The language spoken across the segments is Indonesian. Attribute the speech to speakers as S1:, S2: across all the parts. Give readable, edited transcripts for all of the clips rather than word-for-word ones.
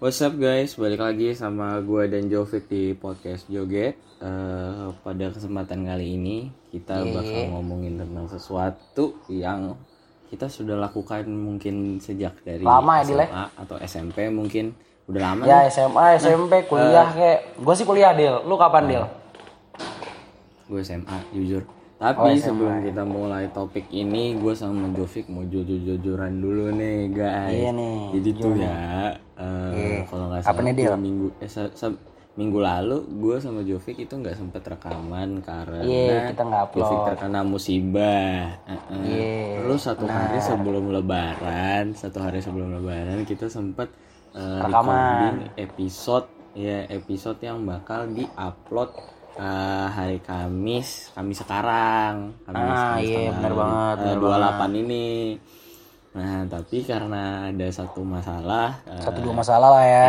S1: What's up guys, balik lagi sama gue dan Jovik di podcast Joget. Pada kesempatan kali ini kita bakal ngomongin tentang sesuatu yang kita sudah lakukan mungkin sejak dari
S2: lama ya,
S1: SMA atau SMP mungkin. Udah lama
S2: ya
S1: nih.
S2: SMA, SMP, kuliah kayak gue sih kuliah Dil. Lu kapan Dil?
S1: Gue SMA jujur. Tapi
S2: SMA.
S1: sebelum kita mulai topik ini, gue sama Jovik mau jujur-jujuran dulu nih guys.
S2: Iya nih.
S1: Jadi tuh ya, kalau nggak salah minggu lalu gue sama Jovik itu nggak sempet rekaman karena
S2: kita nggak upload.
S1: Jovik terkena musibah. Terus satu hari sebelum Lebaran kita sempet recording episode yang bakal diupload hari Kamis sekarang.
S2: Benar banget.
S1: 28 ini. Nah, tapi karena ada dua
S2: masalah lah ya.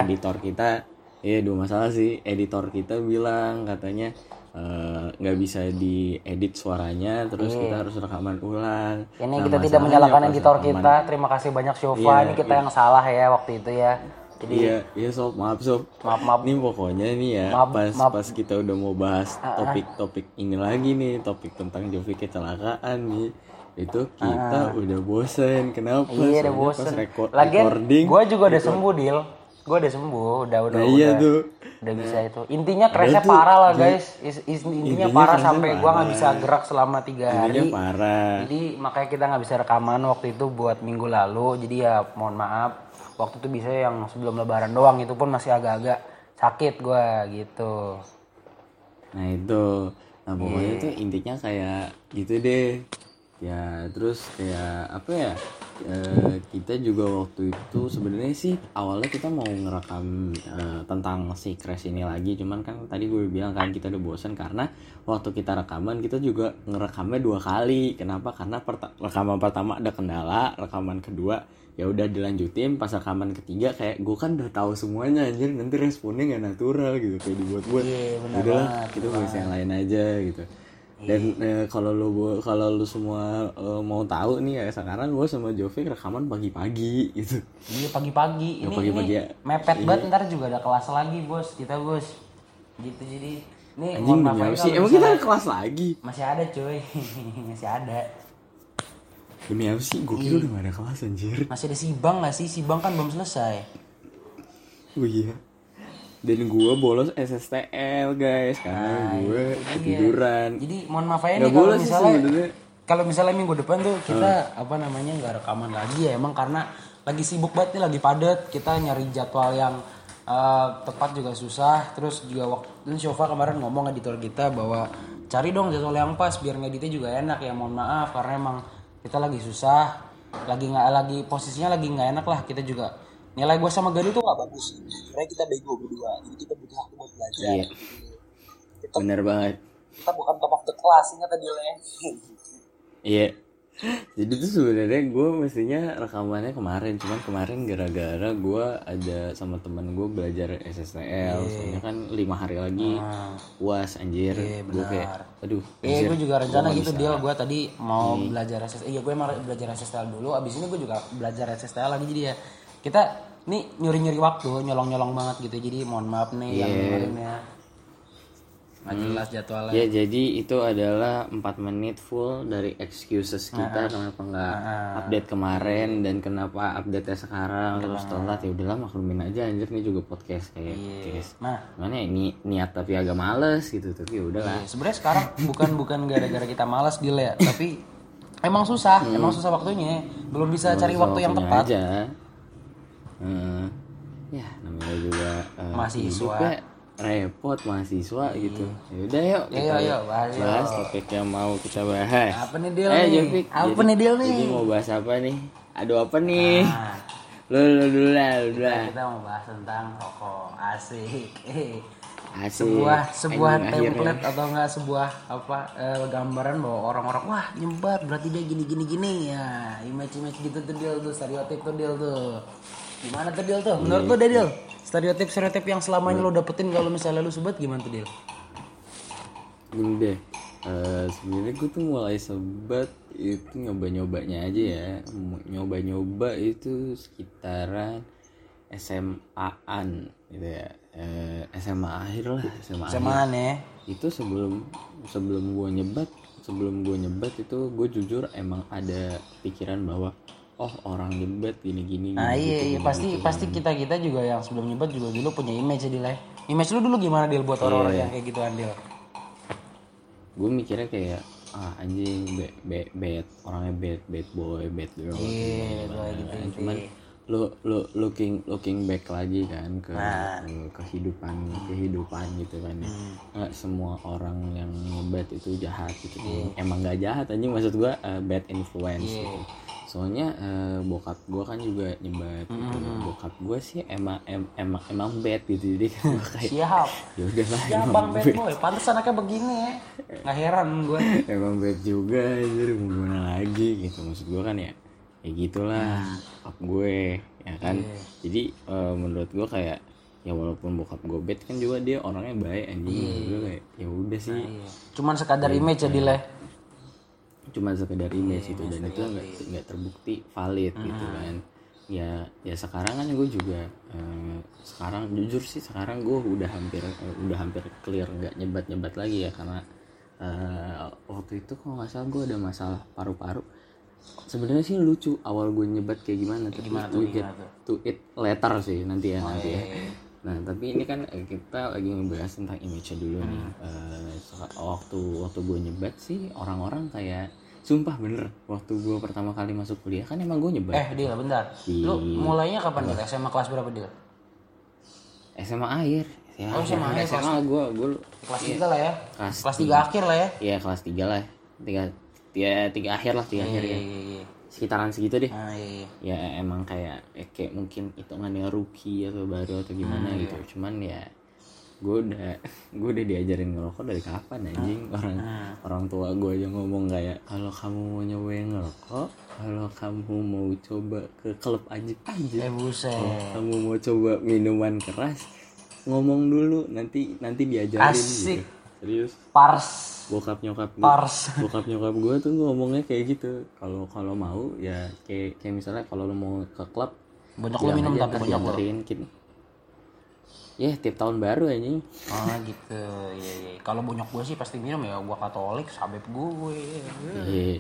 S1: Dua masalah sih. Editor kita bilang katanya nggak bisa diedit suaranya, terus kita harus rekaman ulang.
S2: Ini kita tidak menyalahkan editor kita. Terima kasih banyak Syova. Ini kita yang salah ya waktu itu ya. Jadi
S1: Sob, maaf. Ini pokoknya nih ya, pas kita udah mau bahas topik ini lagi nih, topik tentang Jovik kecelakaan nih. Itu kita udah bosen. Kenapa?
S2: Iya, udah bosen.
S1: Pas
S2: recording gue juga udah sembuh, Dil. Gue udah sembuh, udah bisa itu. Intinya crashnya parah lah guys. Intinya parah sampai gue nggak bisa gerak selama 3 hari.
S1: Parah.
S2: Jadi makanya kita nggak bisa rekaman waktu itu buat minggu lalu. Jadi ya mohon maaf. Waktu itu bisa yang sebelum Lebaran doang, itu pun masih agak-agak sakit gue gitu.
S1: Nah itu, pokoknya itu intinya kayak gitu deh. Ya terus kayak apa ya? Kita juga waktu itu sebenarnya sih awalnya kita mau ngerekam tentang si crash ini lagi, cuman kan tadi gue bilang kan kita udah bosan karena waktu kita rekaman kita juga ngerekamnya 2 kali. Kenapa? Karena rekaman pertama ada kendala, rekaman kedua ya udah dilanjutin, pas rekaman ketiga kayak gue kan udah tahu semuanya anjir, nanti responnya nggak natural gitu, kayak dibuat-buat. Udahlah kita bahas yang lain aja gitu. Dan kalau lu semua mau tahu nih ya, sekarang gue sama Jovik rekaman pagi-pagi gitu.
S2: Iya pagi-pagi. Ini
S1: ya.
S2: Mepet banget, ntar juga ada kelas lagi bos kita bos. Gitu jadi. Nih
S1: anjing demi sih? Emang kita ada kelas lagi?
S2: Masih ada cuy, masih ada.
S1: Demi apa sih? Gue kira udah gak ada kelas anjir.
S2: Masih ada Sibang gak sih? Sibang kan belum selesai.
S1: Oh iya. Dan gue bolos SSTL guys, karena gue ketiduran.
S2: Jadi mohon maaf ya
S1: nih
S2: kalau misalnya minggu depan tuh kita nggak rekaman lagi ya, emang karena lagi sibuk banget nih, lagi padat. Kita nyari jadwal yang tepat juga susah. Terus juga waktu Syova kemarin ngomong editor kita bahwa cari dong jadwal yang pas biar ngeditnya juga enak ya. Mohon maaf karena emang kita lagi susah, lagi posisinya lagi nggak enak lah. Kita juga nilai gue sama Gadu tuh nggak bagus. Karena kita bego berdua, jadi kita butuh waktu buat belajar.
S1: Iya. Bener banget.
S2: Kita bukan top of the class, ingat tadi lah.
S1: Iya. Jadi tuh sebenarnya gue mestinya rekamannya kemarin gara-gara gue ada sama teman gue belajar SSTL. Soalnya kan 5 hari lagi UAS anjir. Gue kayak aduh.
S2: Gue juga rencana gitu dia. Gue tadi mau belajar SSTL. Iya gue emang belajar SSTL dulu. Abis ini gue juga belajar SSTL lagi. Jadi ya kita nih nyuri waktu, nyolong banget gitu. Jadi mohon maaf nih yang dengerin ya. Nggak jelas jadwalnya. Ya
S1: jadi itu adalah 4 menit full dari excuses kita kenapa nggak update kemarin dan kenapa update-nya sekarang terus telat. Ya udahlah maklumin aja anjir, nih juga podcast kayak podcast. Mana ini niat tapi agak males gitu, tapi udahlah.
S2: Sebenarnya sekarang bukan gara-gara kita malas Dil ya, tapi emang susah waktunya. Belum bisa cari waktu yang tepat.
S1: Aja. Ya namanya juga
S2: mahasiswa.
S1: Repot mahasiswa gitu. Yaudah yuk kita bahas topik yang mau kita bahas.
S2: Apa nih Dil nih?
S1: Jadi mau bahas apa nih? Aduh apa nih? Lu dulu lah.
S2: Kita mau bahas tentang rokok. Asik.
S1: Sebuah
S2: template atau enggak sebuah gambaran bahwa orang-orang wah nyebat berarti dia gini ya. Image gitu tuh Dil tuh, stereotip tuh Dil tuh. Gimana tuh Dil tuh? Menurut lu deh Dil, stereotip yang selamanya lo dapetin kalau misalnya lu sebat gimana tuh Dil?
S1: Gini deh, sebenarnya gue tuh mulai sebat itu nyoba-nyobanya aja ya. Nyoba-nyoba itu sekitaran SMA-an gitu ya, SMA akhir lah, SMA akhir.
S2: Semaan ya.
S1: Itu sebelum gue nyebat itu gue jujur emang ada pikiran bahwa orang nyebat gini-gini.
S2: Nah
S1: gitu,
S2: iya pasti kita juga yang sebelum nyebat juga dulu punya image ya Dil ya. Image lu dulu gimana Dil buat orang-orang yang kayak gituan Dil?
S1: Gue mikirnya kayak anjing bad orangnya bad boy bad girl gitu. Cuman lu looking back lagi kan ke kehidupan gitu kan ya. Nggak semua orang yang ngebat itu jahat gitu. Emang nggak jahat anjing, maksud gue bad influence gitu. Soalnya bokap gue kan juga nyebat gitu. Bokap gue sih emang bad gitu, jadi kan gue kayak
S2: Siap.
S1: ya udah lah,
S2: Ya bang bad boy, pantes anaknya begini ya. Nggak heran gue.
S1: emang bad juga anjir, mau gimana lagi gitu. Maksud gue kan ya gitulah bokap gue ya kan. Jadi menurut gue kayak ya walaupun bokap gue bad kan juga dia orangnya baik anjing. Gue kayak ya udah sih,
S2: Cuman sekadar image ya Dil ya.
S1: cuma sekedar image gitu, dan itu nggak terbukti valid gitu kan. Ya sekarang kan gue juga sekarang jujur sih sekarang gue udah hampir clear nggak nyebat lagi ya, karena waktu itu kalau nggak salah gue ada masalah paru-paru. Sebenarnya sih lucu awal gue nyebat kayak gimana, tapi to it later sih nanti ya. Nah tapi ini kan kita lagi ngebahas tentang image dulu nih. Waktu gue nyebat sih orang-orang kayak sumpah bener, waktu gue pertama kali masuk kuliah kan emang gue nyebat.
S2: Dil bentar, lu mulainya kapan Dil? SMA kelas berapa Dil?
S1: SMA akhir ya.
S2: SMA akhir,
S1: SMA gue
S2: kelas 3 lah ya. Kelas 3 akhir lah ya.
S1: Iya kelas 3 lah, 3 akhir lah, 3 akhir ya. Sekitaran segitu deh. Ya emang kayak mungkin hitungannya rookie atau baru atau gimana gitu. Cuman ya gue udah diajarin ngerokok dari kapan anjing. Orang tua gue aja ngomong kayak, kalau kamu mau nyobain ngerokok, kalau kamu mau coba ke klub aja,
S2: Buset.
S1: kamu mau coba minuman keras, ngomong dulu nanti diajarin.
S2: Asik.
S1: Gitu. Serius.
S2: Pars.
S1: Bokap nyokap gue tuh ngomongnya kayak gitu. Kalau mau ya kayak misalnya kalau lo mau ke klub,
S2: banyak lo minum tapi banyak lo.
S1: Ya tiap tahun baru anjing.
S2: Gitu. Iya. Kalau bonyok gue sih pasti minum ya, gue Katolik, sabep gue.
S1: Iya.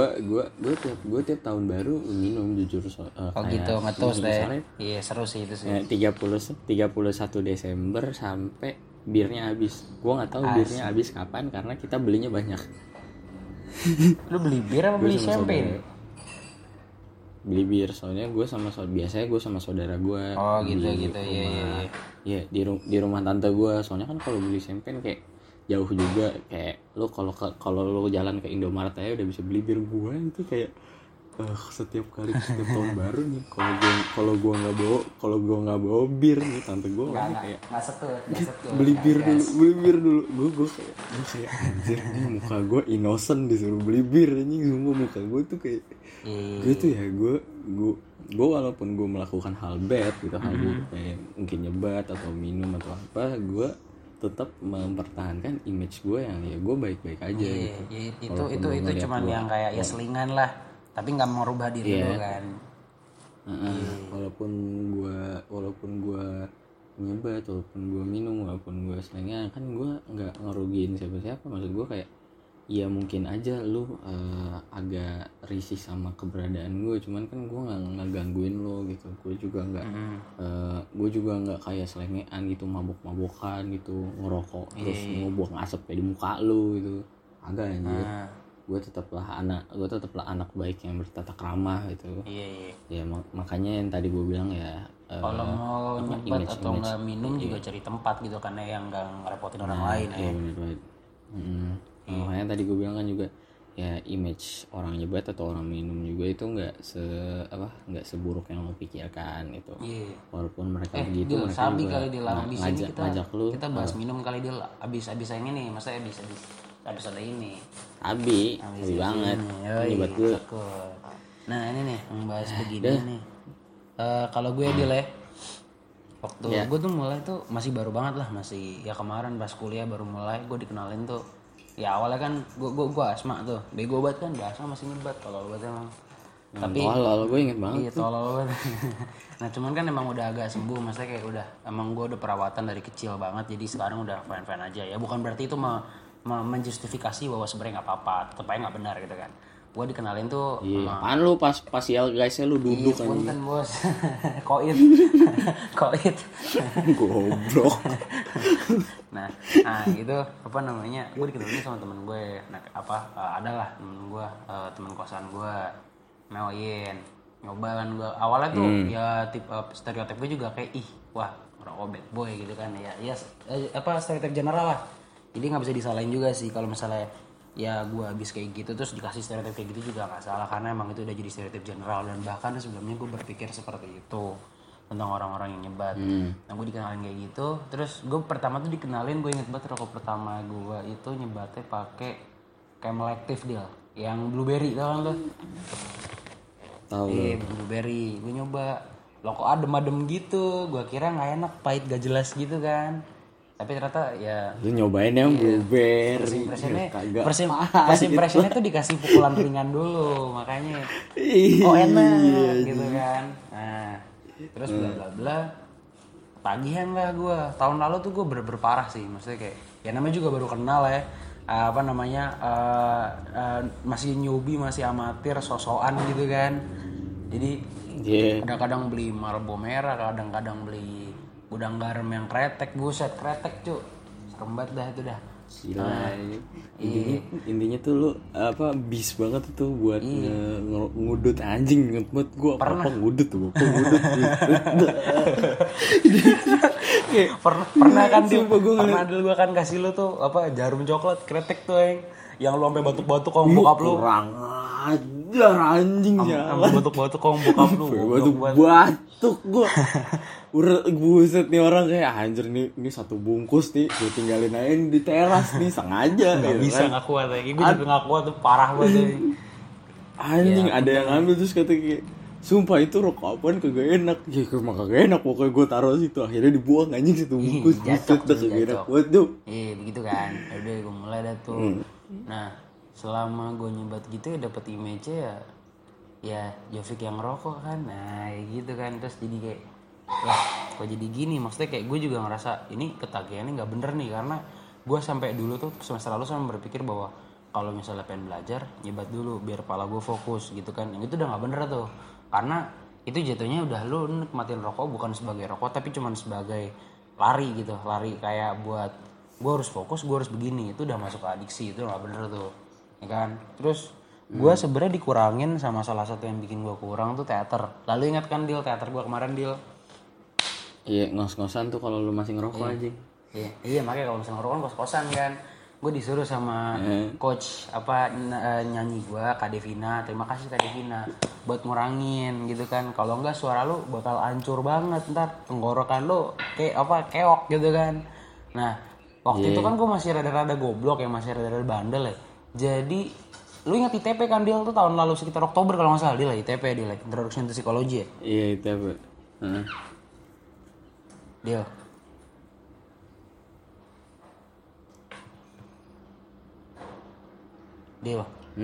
S1: Gue tiap tahun baru minum jujur.
S2: Gitu ngetos deh. Iya seru sih itu sih.
S1: 31 Desember sampai birnya habis. Gue nggak tahu birnya habis kapan karena kita belinya banyak.
S2: Lu beli bir apa beli champagne?
S1: Beli bir, soalnya biasanya gue sama saudara gue.
S2: Gitu
S1: ya di rumah tante gue. Soalnya kan kalau beli champagne kayak jauh juga, kayak kalau lo jalan ke Indomaret aja udah bisa beli bir. Gue itu kayak setiap tahun baru nih kalau gue nggak bawa bir nih, tante gue kayak
S2: nggak sekut
S1: beli bir dulu. Gue kayak anjir nih, muka gue innocent disuruh beli bir anjing. Semua muka gue tuh kayak gue tuh ya gue walaupun gue melakukan hal bad gitu, hal buruk kayak mungkin nyebat atau minum atau apa, gue tetap mempertahankan image gue yang ya gue baik-baik aja gitu.
S2: Itu cuman yang kayak ya selingan lah, tapi nggak merubah diri lo kan.
S1: Walaupun gue nyebat, walaupun gue minum, walaupun gue selingan, kan gue nggak ngerugiin siapa-siapa. Maksud gue kayak ya mungkin aja lu agak risih sama keberadaan gue, cuman kan gue nggak ngegangguin lo gitu. Gue juga nggak kayak selengean gitu, mabok-mabokan gitu, ngerokok terus ngebuang asap kayak di muka lo gitu, agak anjir. Gue tetaplah anak baik yang bertata krama gitu. Ya makanya yang tadi gue bilang ya,
S2: kalau mau nyebat atau nggak minum juga cari tempat gitu, karena yang nggak ngerepotin orang lain ya.
S1: Bener banget. Makanya tadi gue bilang kan juga ya, image orang nyebat atau orang minum juga itu nggak seburuk yang lo pikirkan itu. Walaupun mereka begitu, mereka
S2: sabi
S1: juga
S2: kali di sini kita bahas minum kali dia abis yang ini, maksudnya abis episode ini.
S1: Abi banget nyebat gue.
S2: Nah ini nih membahas begini nih. Kalau gue Dil ya, waktu gue tuh mulai tuh masih baru banget lah, masih ya kemarin pas kuliah baru mulai gue dikenalin tuh. Ya awalnya kan gue asma tuh, bego banget kan, asma masih nyebat. Kalau lu emang Tapi
S1: tolol, gue inget banget
S2: iya tolol banget. Nah cuman kan emang udah agak sembuh, maksudnya kayak udah emang gue udah perawatan dari kecil banget, jadi sekarang udah fine aja ya. Bukan berarti itu menjustifikasi bahwa sebenarnya nggak apa-apa, tetap aja nggak benar gitu kan. Gue dikenalin tuh
S1: iya. Apaan lu pas ya guysnya lu duduk
S2: iya,
S1: kan.
S2: punten bos. Koit. Koit.
S1: Goblok.
S2: Nah gitu apa namanya, gue dikenalin sama temen gue. Nah adalah temen gue, temen kosan gue mewain nyoba kan. Gue awalnya tuh ya stereotip gue juga kayak wah ngerokok bad boy gitu kan ya stereotip general lah, jadi nggak bisa disalahin juga sih kalau misalnya ya gue habis kayak gitu terus dikasih stereotip kayak gitu juga nggak salah, karena emang itu udah jadi stereotip general. Dan bahkan sebelumnya gue berpikir seperti itu tentang orang-orang yang nyebat. Nah gue dikenalin kayak gitu, terus gue pertama tuh dikenalin, gue inget banget rokok pertama gue itu nyebatnya pakai Camel Active deal yang blueberry, tau kan lo?
S1: Tahu.
S2: Iya blueberry, gue nyoba lo kok adem-adem gitu, gue kira nggak enak, pahit gak jelas gitu kan, tapi ternyata ya
S1: Lu nyobain yang blueberry.
S2: first impressionnya tuh dikasih pukulan ringan dulu, makanya oh enak gitu kan. Nah terus bla bla bla, tagihan lah gue. Tahun lalu tuh gue berparah sih, maksudnya kayak ya namanya juga baru kenal ya, apa namanya masih newbie, masih amatir, sosokan gitu kan. Jadi kadang-kadang beli Marlboro merah, kadang-kadang beli gudang garam yang kretek, buset kretek cu, serem banget dah itu dah.
S1: Gila. Intinya tuh lu apa bis banget tuh buat ngudut anjing buat gua apa ngudut tuh.
S2: Pernah kan pernah dulu gua kan kasih lu tuh apa jarum coklat kretek tuh yang lu sampai batuk-batuk kalau bokap lu.
S1: Kurang ajar anjing ya.
S2: Sampai batuk-batuk kalau bokap lu.
S1: Batuk gua. Buset nih orang kayak anjir nih satu bungkus nih gue tinggalin aja di teras nih sengaja.
S2: Gak bisa nggak kuat lagi, gue juga nggak kuat tuh, parah banget.
S1: Anjing ada yang ngambil terus kata kayak sumpah itu rokok apaan kagak enak. Ya emang kagak enak, pokoknya gue taruh situ akhirnya dibuang anjing satu bungkus.
S2: Jatuh
S1: udah kagak enak buat tuh.
S2: Iya begitu kan. Udah gue mulai dah tuh. Nah selama gue nyebat gitu ya dapet image ya Jovik yang ngerokok kan. Nah gitu kan, terus jadi kayak lah kok jadi gini, maksudnya kayak gue juga ngerasa ini ketagihannya nggak bener nih, karena gue sampai dulu tuh semester lalu sama berpikir bahwa kalau misalnya pengen belajar nyebat dulu biar kepala gue fokus gitu kan. Yang itu udah nggak bener tuh, karena itu jatuhnya udah lu nikmatin rokok bukan sebagai rokok tapi cuman sebagai lari gitu, lari kayak buat gue harus fokus, gue harus begini, itu udah masuk ke adiksi, itu nggak bener tuh ya kan. Terus gue sebenarnya dikurangin sama salah satu yang bikin gue kurang tuh teater. Lalu ingat kan deal teater gue kemarin deal.
S1: Iya ngos-ngosan tuh kalau lu masih ngerokok aja.
S2: Iya makanya kalau misalnya ngerokok kan kos-kosan kan. Gue disuruh sama coach apa nyanyi gue Kak Devina, terima kasih Kak Devina buat ngurangin gitu kan. Kalau enggak suara lu bakal hancur banget ntar, tenggorokan lu kayak apa keok gitu kan. Nah waktu itu kan gue masih rada-rada goblok ya, masih rada-rada bandel ya. Jadi lu ingat ITP kan dia tuh tahun lalu sekitar Oktober kalau nggak salah dia lah ITP, dia lah Introduction to Psychology ya.
S1: Iya ITP.
S2: Deal. Deal.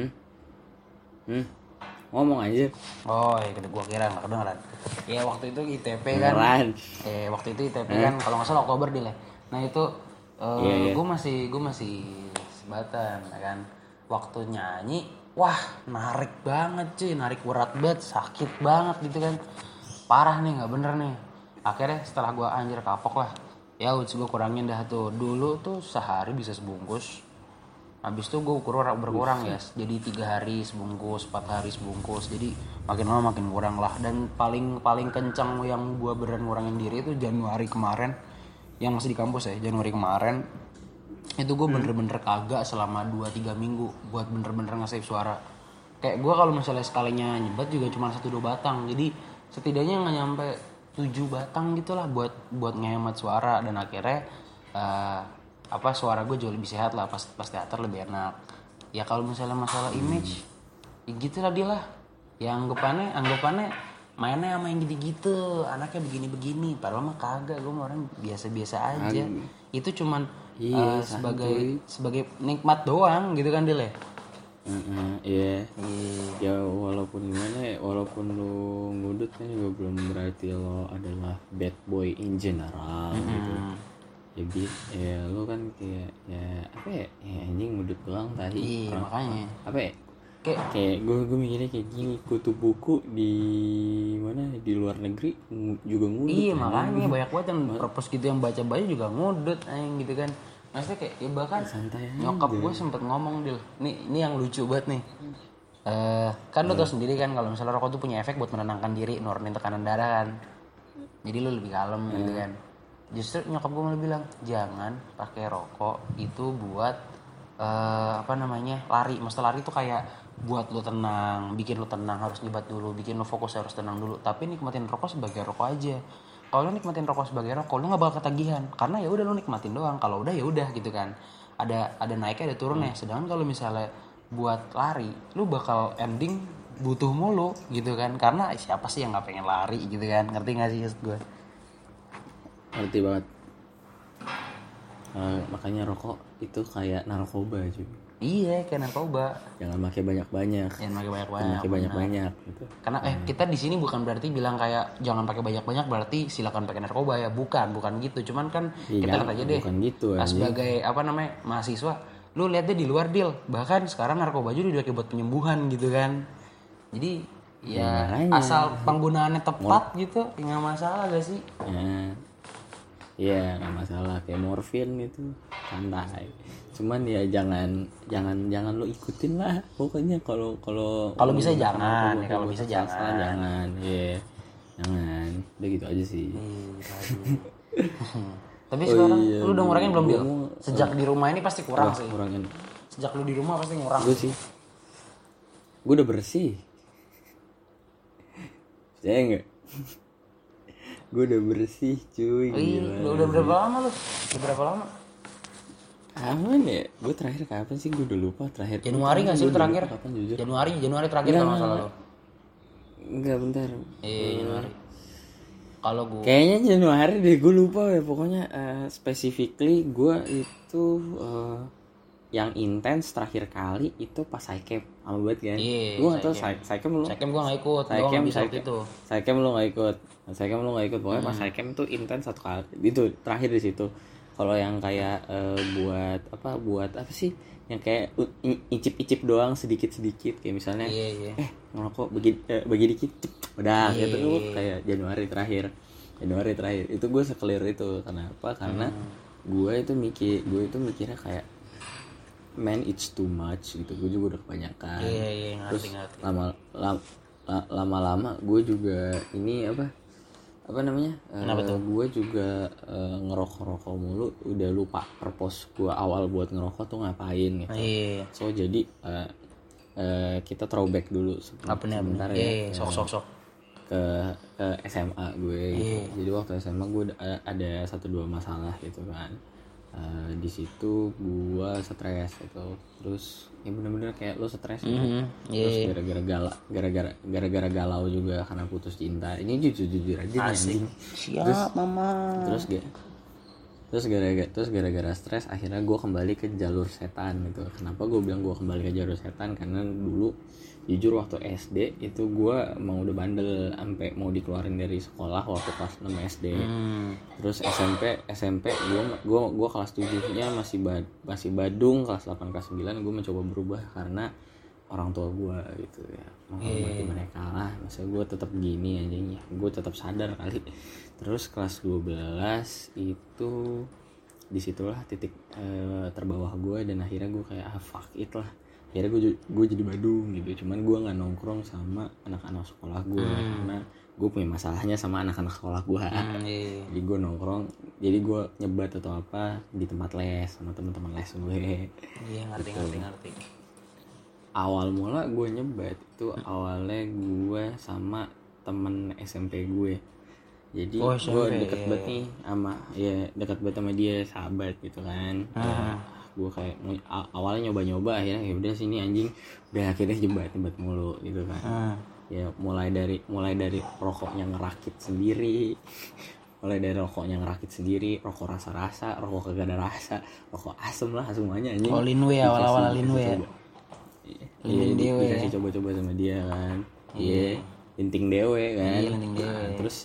S1: Ngomong aja.
S2: Oh iya gua kira nggak kedengeran. Ya waktu itu ITP kan. Waktu itu ITP kan kalau nggak salah Oktober dia lah. Nah itu gue masih sebatan ya kan. Waktu nyanyi, wah narik banget cuy, narik berat banget, sakit banget gitu kan. Parah nih, nggak bener nih. Akhirnya setelah gue anjir kapok lah, ya udah gue kurangin dah tuh. Dulu tuh sehari bisa sebungkus, habis itu gue berkurang ya, jadi 3 hari sebungkus, 4 hari sebungkus, jadi makin lama makin kurang lah. Dan paling kencang yang gue beneran ngurangin diri itu Januari kemarin, yang masih di kampus ya, Januari kemarin itu gue bener-bener kagak selama 2-3 minggu buat bener-bener nge-save suara. Kayak gue kalau misalnya sekalinya nyebat juga cuma 1-2 batang, jadi setidaknya nggak nyampe 7 batang gitulah buat ngehemat suara. Dan akhirnya suara gue jauh lebih sehat lah, pas teater lebih enak. Ya kalau misalnya masalah image ya gitulah dia lah, ya anggapannya mainnya sama yang gitu-gitu, anaknya begini-begini, padahal mah kagak, gue orang biasa-biasa aja. Itu cuman sebagai nikmat doang gitu kan dia.
S1: Iya. Ya walaupun gimana ya, walaupun lu ngudut kan juga belum berarti lo adalah bad boy in general gitu. Jadi ya lu kan kayak ya apa ya, anjing ngudut doang tadi.
S2: Iya, makanya.
S1: Apa ya?
S2: Kayak
S1: Gue mikirnya kayak gini, kutu buku di mana di luar negeri juga ngudut.
S2: iya makanya banyak banget yang purpose gitu yang baca juga ngudut gitu kan. Maksudnya kayak ya bahkan
S1: Santai aja.
S2: nyokap gue sempet ngomong Dil, ini yang lucu banget nih. Kan lo tau sendiri kan kalau misalnya rokok tuh punya efek buat menenangkan diri, nurunin tekanan darah kan. Jadi lo lebih kalem gitu kan. Justru nyokap gue malah bilang jangan pakai rokok itu buat lari. Maksudnya lari tuh kayak buat lo tenang, bikin lo tenang harus nyebat dulu, bikin lo fokus harus tenang dulu. Tapi nikmatin rokok sebagai rokok aja. Kalau lo nikmatin rokok sebagai rokok, lo nggak bakal ketagihan. Karena ya udah lo nikmatin doang. Kalau udah ya udah gitu kan. Ada naiknya, ada turunnya. Sedangkan kalau misalnya buat lari, lo bakal ending butuh mulu gitu kan. Karena siapa sih yang nggak pengen lari gitu kan? Ngerti nggak sih maksud gue?
S1: Ngerti banget. Makanya rokok itu kayak narkoba cuy.
S2: Iya, kayak narkoba.
S1: Jangan pakai banyak-banyak.
S2: Jangan pakai banyak-banyak.
S1: Jangan pakai banyak-banyak gitu.
S2: Karena kita di sini bukan berarti bilang kayak jangan pakai banyak-banyak berarti silakan pakai narkoba ya. Bukan gitu. Cuman kan kita lihat aja deh.
S1: Bukan gitu
S2: Sebagai mahasiswa, lu lihat deh di luar Dil. Bahkan sekarang narkoba juga dipakai buat penyembuhan gitu kan. Jadi ya asal penggunaannya tepat gitu, nggak masalah gak sih?
S1: Iya, nggak masalah, kayak morfin gitu, santai. Cuman ya jangan lo ikutin lah. Pokoknya kalau
S2: bisa jangan, kalau bisa jangan.
S1: Jangan, jangan. Udah gitu aja sih.
S2: Tapi sekarang lu udah ngurangin belum Bil? Sejak di rumah ini pasti kurang sih.
S1: Kurangin.
S2: Sejak lu di rumah pasti ngurang.
S1: Gue udah bersih. Saya enggak. Gue udah bersih cuy.
S2: Gila. Udah berapa lama lu?
S1: Aman ya? Gue terakhir kapan sih? Gue udah lupa terakhir.
S2: Januari nggak sih lu terakhir?
S1: Kapan jujur?
S2: Januari terakhir kalau nggak salah lu.
S1: Enggak, bentar.
S2: Januari. Kalau gue
S1: kayaknya Januari deh, gue lupa ya. Pokoknya specifically gue itu yang intens terakhir kali itu pas Saicam sama banget kan. Gue nggak tahu Saicam lu.
S2: Saicam gue nggak ikut.
S1: Saicam lu nggak ikut. Pokoknya pas Saicam tuh intens satu kali. Itu terakhir di situ. Kalau yang kayak buat apa sih? Yang kayak icip-icip doang sedikit-sedikit kayak misalnya ngerokok bagi dikit udah gitu tuh kayak Januari terakhir itu gue sekeliru itu. Kenapa? Karena gue itu mikirnya kayak man it's too much gitu. Gue juga udah kebanyakan. Terus lama-lama gue juga ini gue juga ngerokok mulu, udah lupa purpose gue awal buat ngerokok tuh ngapain gitu. So jadi kita throwback dulu sebentar ya.
S2: Sok
S1: ke SMA gue gitu. Jadi waktu SMA gue ada 1-2 masalah gitu kan. Di situ gue stres gitu. Terus ya bener-bener kayak lo stres gitu. Terus gara-gara galau juga karena putus cinta. Ini jujur aja nih anjing.
S2: Siap mama.
S1: Terus gara-gara stres akhirnya gue kembali ke jalur setan gitu. Kenapa gue bilang gue kembali ke jalur setan? Karena dulu jujur waktu SD itu gue emang udah bandel sampai mau dikeluarin dari sekolah waktu kelas 6 SD. Terus SMP gue kelas 7-nya masih badung, kelas 8 kelas 9 gue mencoba berubah karena orang tua gue gitu ya, menghormati mereka lah. Masa gue tetap gini anjingnya, gue tetap sadar kali. Terus kelas 12 itu disitulah titik terbawah gue dan akhirnya gue kayak fuck it lah. Akhirnya gue jadi badung gitu. Cuman gue nggak nongkrong sama anak-anak sekolah gue karena gue punya masalahnya sama anak-anak sekolah gue. Jadi gue nongkrong, jadi gue nyebat atau apa di tempat les sama teman-teman les gue.
S2: Ngerti.
S1: Awal mula gue nyebat itu awalnya gue sama temen SMP gue. Jadi gue deket banget sama dia, sahabat gitu kan. Gue kayak awalnya nyoba akhirnya ya udah sini anjing, udah akhirnya nyebat mulu gitu kan. Ya mulai dari rokoknya ngerakit sendiri, rokok rasa-rasa, rokok kagak ada rasa, rokok asem lah semuanya anjing.
S2: Linwe awal-awal Linwe ya. Linting dewe.
S1: Dikasih coba-coba sama dia kan. Iya, linting dewe kan.
S2: Iya, linting dewe.
S1: Nah, terus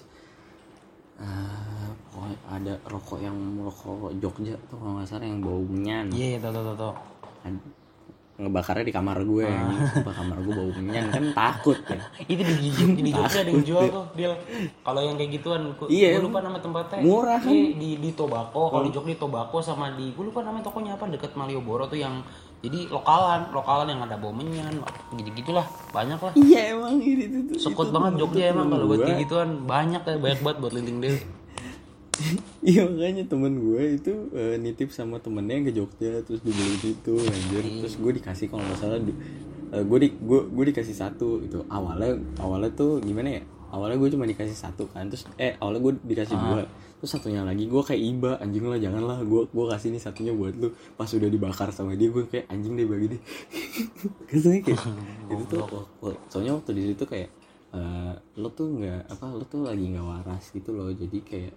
S1: pokoknya ada rokok Jogja tuh kalau nggak salah yang bau menyan.
S2: Iya, tahu.
S1: Ngebakarnya di kamar gue sumpah kamar gue bau menyan kan takut ya.
S2: Itu di Jogja ada yang jual tuh dia. Kalau yang kayak gituan,
S1: Iya,
S2: gue lupa nama tempatnya.
S1: murah kan?
S2: Iya, di Tobacco. Kalau di Jogja di Tobacco sama di gue lupa nama tokonya apa deket Malioboro tuh yang jadi lokalan yang ada bau menyan, gitu-gitulah banyak lah.
S1: Iya emang itu
S2: Sekut banget Jogja emang kalau buat kayak gituan banyak banget buat linting dewe.
S1: Iya makanya temen gue itu nitip sama temennya yang ke Jogja terus dibeli itu anjir. Terus gue dikasih kalau nggak salah gue dikasih satu itu awalnya tuh gimana ya, awalnya gue cuma dikasih satu kan, terus awalnya gue dikasih dua, terus satunya lagi gue kayak iba anjing lah janganlah gue kasih nih satunya buat lu, pas udah dibakar sama dia gue kayak anjing deh bagi deh. Katanya kayak itu tuh soalnya waktu di situ kayak lo tuh lagi nggak waras gitu loh, jadi kayak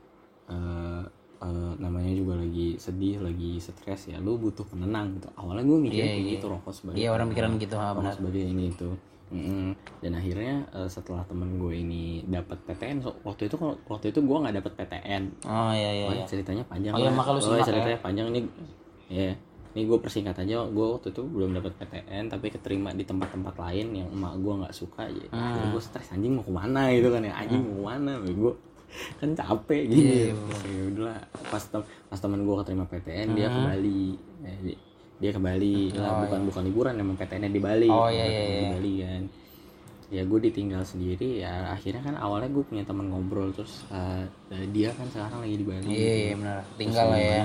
S1: namanya juga lagi sedih, lagi stres ya, lu butuh penenang gitu. Awalnya gue mikir kayak gitu, rokok sebagai
S2: orang pikiran gitu, benar.
S1: Sebagai ini itu. Dan akhirnya setelah temen gue ini dapat PTN, waktu itu gue nggak dapat PTN.
S2: Oh iya.
S1: Ceritanya panjang.
S2: Ceritanya
S1: panjang nih. Ya, ini gue persingkat aja. Gue waktu itu belum dapat PTN, tapi keterima di tempat-tempat lain yang emak gue nggak suka. Ya, gue stres anjing mau kemana gitu kan ya, anjing mau kemana? Gue kan capek gini. Ya udahlah, pas teman gue keterima PTN dia ke Bali. Dia ke Bali lah, bukan liburan, emang PTN-nya di Bali. Di Bali kan. Ya gue ditinggal sendiri ya, akhirnya kan awalnya gue punya teman ngobrol, terus dia kan sekarang lagi di Bali.
S2: Iya benar, tinggal lah ya.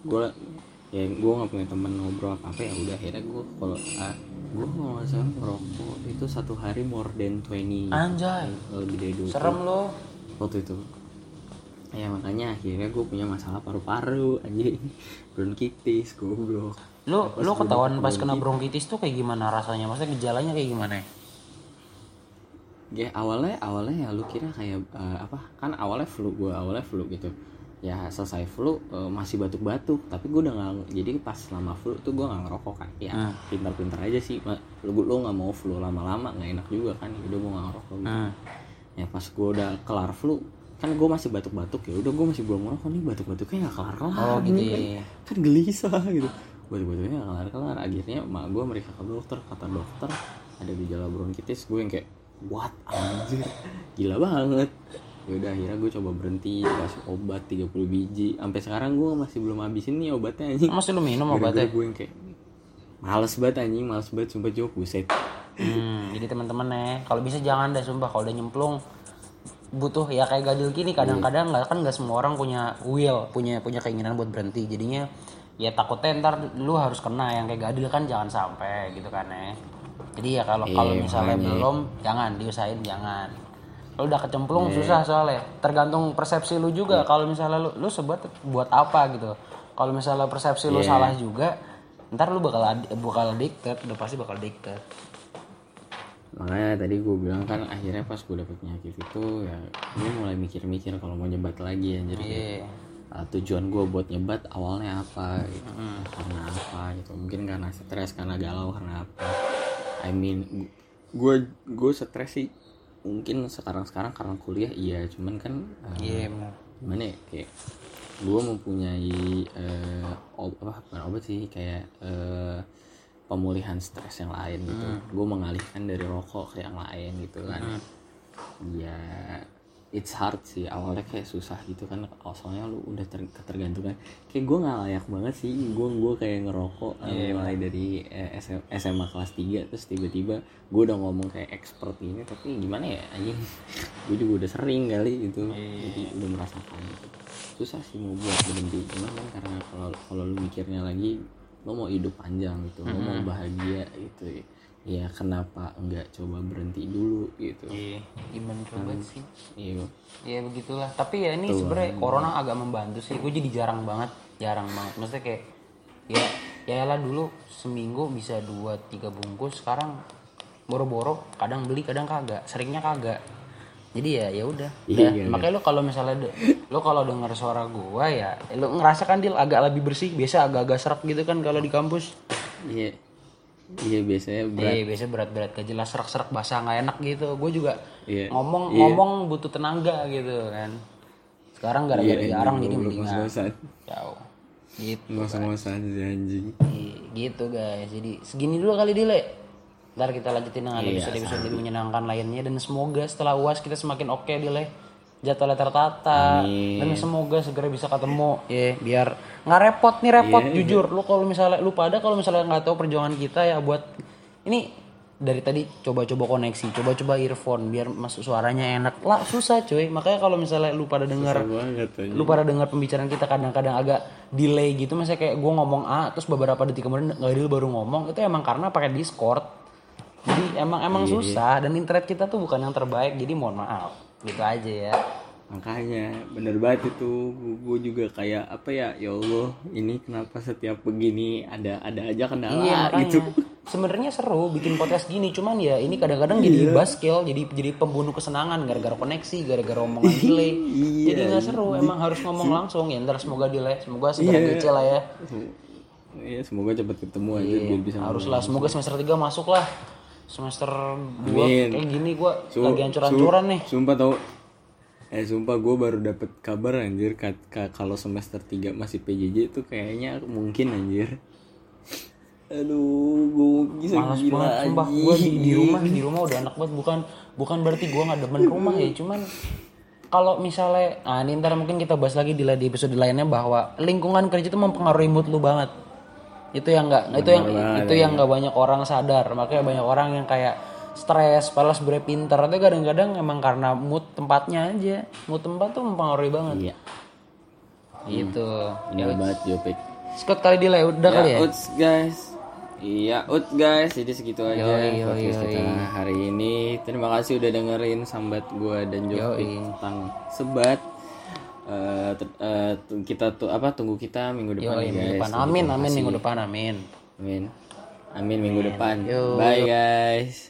S1: Gue nggak punya teman ngobrol apa ya, udah akhirnya gue kalau nggak salah ngerokok itu satu hari more than 20.
S2: Anjay,
S1: lebih dari 20
S2: serem lo
S1: waktu itu. Ya makanya akhirnya gue punya masalah paru-paru anjing, bronkitis goblok.
S2: Lo ketahuan pas kena bronkitis tuh kayak gimana rasanya, maksudnya gejalanya kayak gimana?
S1: Ya awalnya ya lu kira kayak kan awalnya flu gitu ya, selesai flu masih batuk-batuk, tapi gue udah nggak, jadi pas selama flu tuh gue nggak ngerokok kan ya. Pintar-pintar aja sih, lu nggak mau flu lama-lama nggak enak juga kan, udah gue nggak ngerokok gitu. Ya pas gue udah kelar flu kan gue masih batuk-batuk, ya udah gue masih belum ngerokok nih, batuk-batuknya nggak kelar-kelar
S2: gitu
S1: kan gelisah gitu, batuk-batuknya nggak kelar-kelar. Akhirnya emak gue mereka ke dokter, kata dokter ada gejala bronkitis. Gue yang kayak what anjir gila banget. Ya udah akhirnya gue coba berhenti, kasih obat 30 biji, sampai sekarang gue masih belum habisin nih obatnya anjing.
S2: Masih lu minum obatnya?
S1: Gue yang kayak males banget sumpah jauh buset.
S2: Jadi teman-teman kalau bisa jangan deh sumpah, kalau udah nyemplung butuh ya kayak Gadil gini, kadang-kadang nggak semua orang punya will, punya keinginan buat berhenti, jadinya ya takutnya ntar lu harus kena yang kayak Gadil kan, jangan sampai gitu kan ya. Jadi ya kalau misalnya belum, jangan diusahain, jangan. Kalau udah kecemplung susah soalnya, tergantung persepsi lu juga. Kalau misalnya lu sebat buat apa gitu, kalau misalnya persepsi lu salah juga, ntar lu bakal addicted, udah pasti bakal addicted.
S1: Makanya tadi gue bilang kan akhirnya pas gue dapet penyakit itu ya gue mulai mikir-mikir kalau mau nyebat lagi ya. Jadi tujuan gue buat nyebat awalnya apa gitu. Karena apa gitu, mungkin karena stres, karena galau, karena apa. I mean gue stres sih mungkin sekarang karena kuliah iya, cuman kan gimana ya, kayak gue mempunyai bukan obat sih, kayak pemulihan stres yang lain gitu. Gue mengalihkan dari rokok ke yang lain gitu kan. Ya it's hard sih awalnya, kayak susah gitu kan, soalnya lu udah ketergantungan. Kayak gue nggak layak banget sih gue kayak ngerokok mulai dari SMA kelas 3, terus tiba-tiba gue udah ngomong kayak expert ini, tapi gimana ya anjing, gue juga udah sering kali gitu. Jadi udah merasakan gitu. Susah sih mau buat berhenti, cuman kan karena kalau lu mikirnya lagi lo mau hidup panjang gitu, lo mau bahagia gitu ya, kenapa enggak coba berhenti dulu gitu.
S2: Gimana coba sih.
S1: Iya
S2: begitulah. Tapi ya ini sebenarnya corona agak membantu sih, gue jadi jarang banget maksudnya kayak ya lah dulu seminggu bisa 2-3 bungkus, sekarang boro-boro kadang beli kadang kagak, seringnya kagak. Jadi ya udah. Makanya lo kalau misalnya lo kalau dengar suara gua ya lo ngerasa kan dia agak lebih bersih, biasa agak-agak serak gitu kan kalau di kampus.
S1: Iya biasanya berat.
S2: Iya, biasanya berat-berat gak jelas, serak-serak basah nggak enak gitu. Gue juga
S1: Iya.
S2: ngomong butuh tenaga gitu kan. Sekarang gara-gara
S1: Iya,
S2: jarang
S1: anjing,
S2: jadi
S1: goblok,
S2: mendingan
S1: ngos-ngosan.
S2: jauh. Gitu.
S1: Ngos-ngosan sih anjing.
S2: Gitu guys. Jadi segini dulu kali Dile. Ntar kita lanjutin dengan
S1: Iya,
S2: episode-episode lebih menyenangkan lainnya. Dan semoga setelah UAS kita semakin oke Dile. Jadwalnya tertata. Dan semoga segera bisa ketemu. Ya biar nggak repot nih jujur. Lu kalau misalnya lu pada kalau misalnya nggak tahu perjuangan kita ya buat ini dari tadi coba-coba koneksi, coba-coba earphone biar masuk suaranya enak. Lah susah cuy. Makanya kalau misalnya lu pada denger pembicaraan kita kadang-kadang agak delay gitu, misalnya kayak gue ngomong A terus beberapa detik kemudian nggak adil baru ngomong, itu emang karena pakai Discord. Jadi emang susah dan internet kita tuh bukan yang terbaik, jadi mohon maaf. Gitu aja ya.
S1: Makanya bener banget itu. Gue juga kayak apa ya Allah, ini kenapa setiap begini ada aja kendala
S2: Makanya.
S1: gitu.
S2: Sebenarnya seru bikin podcast gini, cuman ya ini kadang-kadang jadi baskel, jadi pembunuh kesenangan gara-gara koneksi, gara-gara omongan delay. Jadi nggak seru, emang harus ngomong langsung ya. Ntar semoga delay, semoga segera GC lah ya.
S1: Iya, semoga cepat ketemu aja biar bisa.
S2: Haruslah, semoga semester 3 masuk lah. Semester 2 kayak gini gue lagi hancur-hancuran nih.
S1: Sumpah gue baru dapet kabar anjir kalau semester 3 masih PJJ tuh kayaknya mungkin anjir. Aduh, gue bisa
S2: Malas
S1: gila
S2: banget, sumpah. Gue di rumah udah enak banget, bukan berarti gue nggak demen rumah ya, cuman kalau misalnya, ini ntar mungkin kita bahas lagi di episode lainnya bahwa lingkungan kerja itu mempengaruhi mood lu banget. Itu yang nggak banyak orang sadar, makanya banyak orang yang kayak stres, padahal sebenarnya pintar, tapi kadang-kadang emang karena mood tempatnya aja, mood tempat tuh mempengaruhi banget.
S1: Iya.
S2: Gitu.
S1: Bener banget Jopik.
S2: Scott kali delay udah kali ya.
S1: Guys, jadi segitu aja podcast kita hari ini. Terima kasih udah dengerin sambat gue dan Jopik tentang sebat. Kita tunggu kita minggu depan ya guys.
S2: Amin minggu depan amin.
S1: Amin minggu depan. Bye guys.